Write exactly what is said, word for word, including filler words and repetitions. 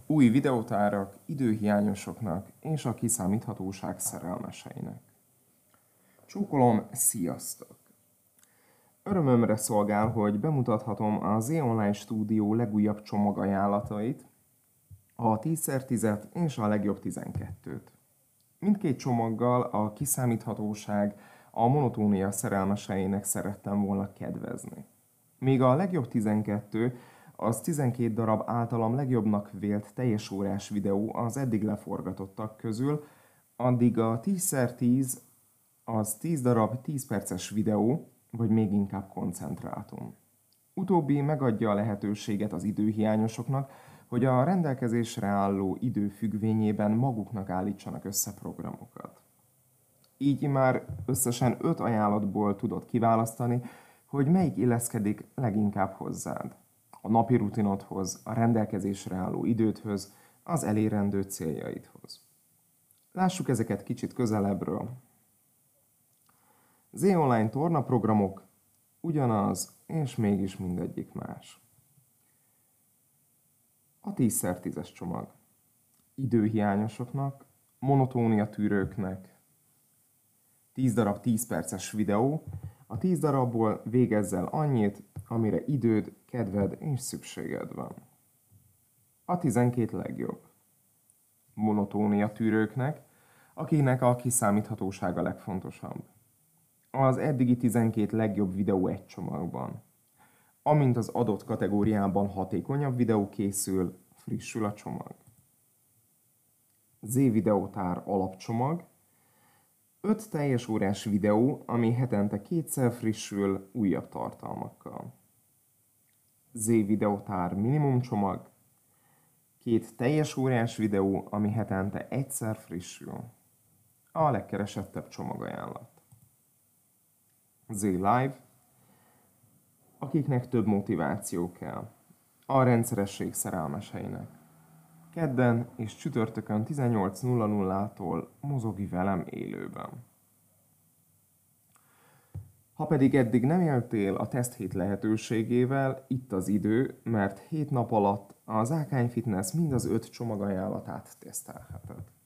új videótárak időhiányosoknak és a kiszámíthatóság szerelmeseinek. Csókolom, sziasztok! Örömömre szolgál, hogy bemutathatom a Z-Online Studio legújabb csomagajánlatait, a tíz szer tízet és a legjobb tizenkettőt. Mindkét csomaggal a kiszámíthatóság a monotónia szerelmeseinek szerettem volna kedvezni. Míg a legjobb tizenkettő az tizenkét darab általam legjobbnak vélt teljes órás videó az eddig leforgatottak közül, addig a tíz szer tíz az tíz darab tíz perces videó, vagy még inkább koncentrátum. Utóbbi megadja a lehetőséget az időhiányosoknak, hogy a rendelkezésre álló idő függvényében maguknak állítsanak össze programokat. Így már összesen öt ajánlatból tudod kiválasztani, hogy melyik illeszkedik leginkább hozzád. A napi rutinodhoz, a rendelkezésre álló idődhöz, az elérendő céljaidhoz. Lássuk ezeket kicsit közelebbről. Z-Online tornaprogramok ugyanaz, és mégis mindegyik más. A tíz szer tízes csomag. Időhiányosoknak, monotónia tűrőknek. tíz darab tíz perces videó, a tíz darabból végezzel annyit, amire időd, kedved és szükséged van. A tizenkét legjobb. Monotónia tűrőknek, akiknek a kiszámíthatóság a legfontosabb. Az eddigi tizenkét legjobb videó egy csomagban. Amint az adott kategóriában hatékonyabb videó készül, frissül a csomag. Z-Videótár alapcsomag. öt teljes órás videó, ami hetente kétszer frissül újabb tartalmakkal. Z-Videótár minimum csomag. Két teljes órás videó, ami hetente egyszer frissül. A legkeresettebb csomagajánlat. Z-Live, akiknek több motiváció kell. A rendszeresség szerelmeseinek. Kedden és csütörtökön tizennyolc nulla nullától mozogj velem élőben. Ha pedig eddig nem éltél a teszthét lehetőségével, itt az idő, mert hét nap alatt az Ákány Fitness mind az öt csomagajánlatát tesztelheted.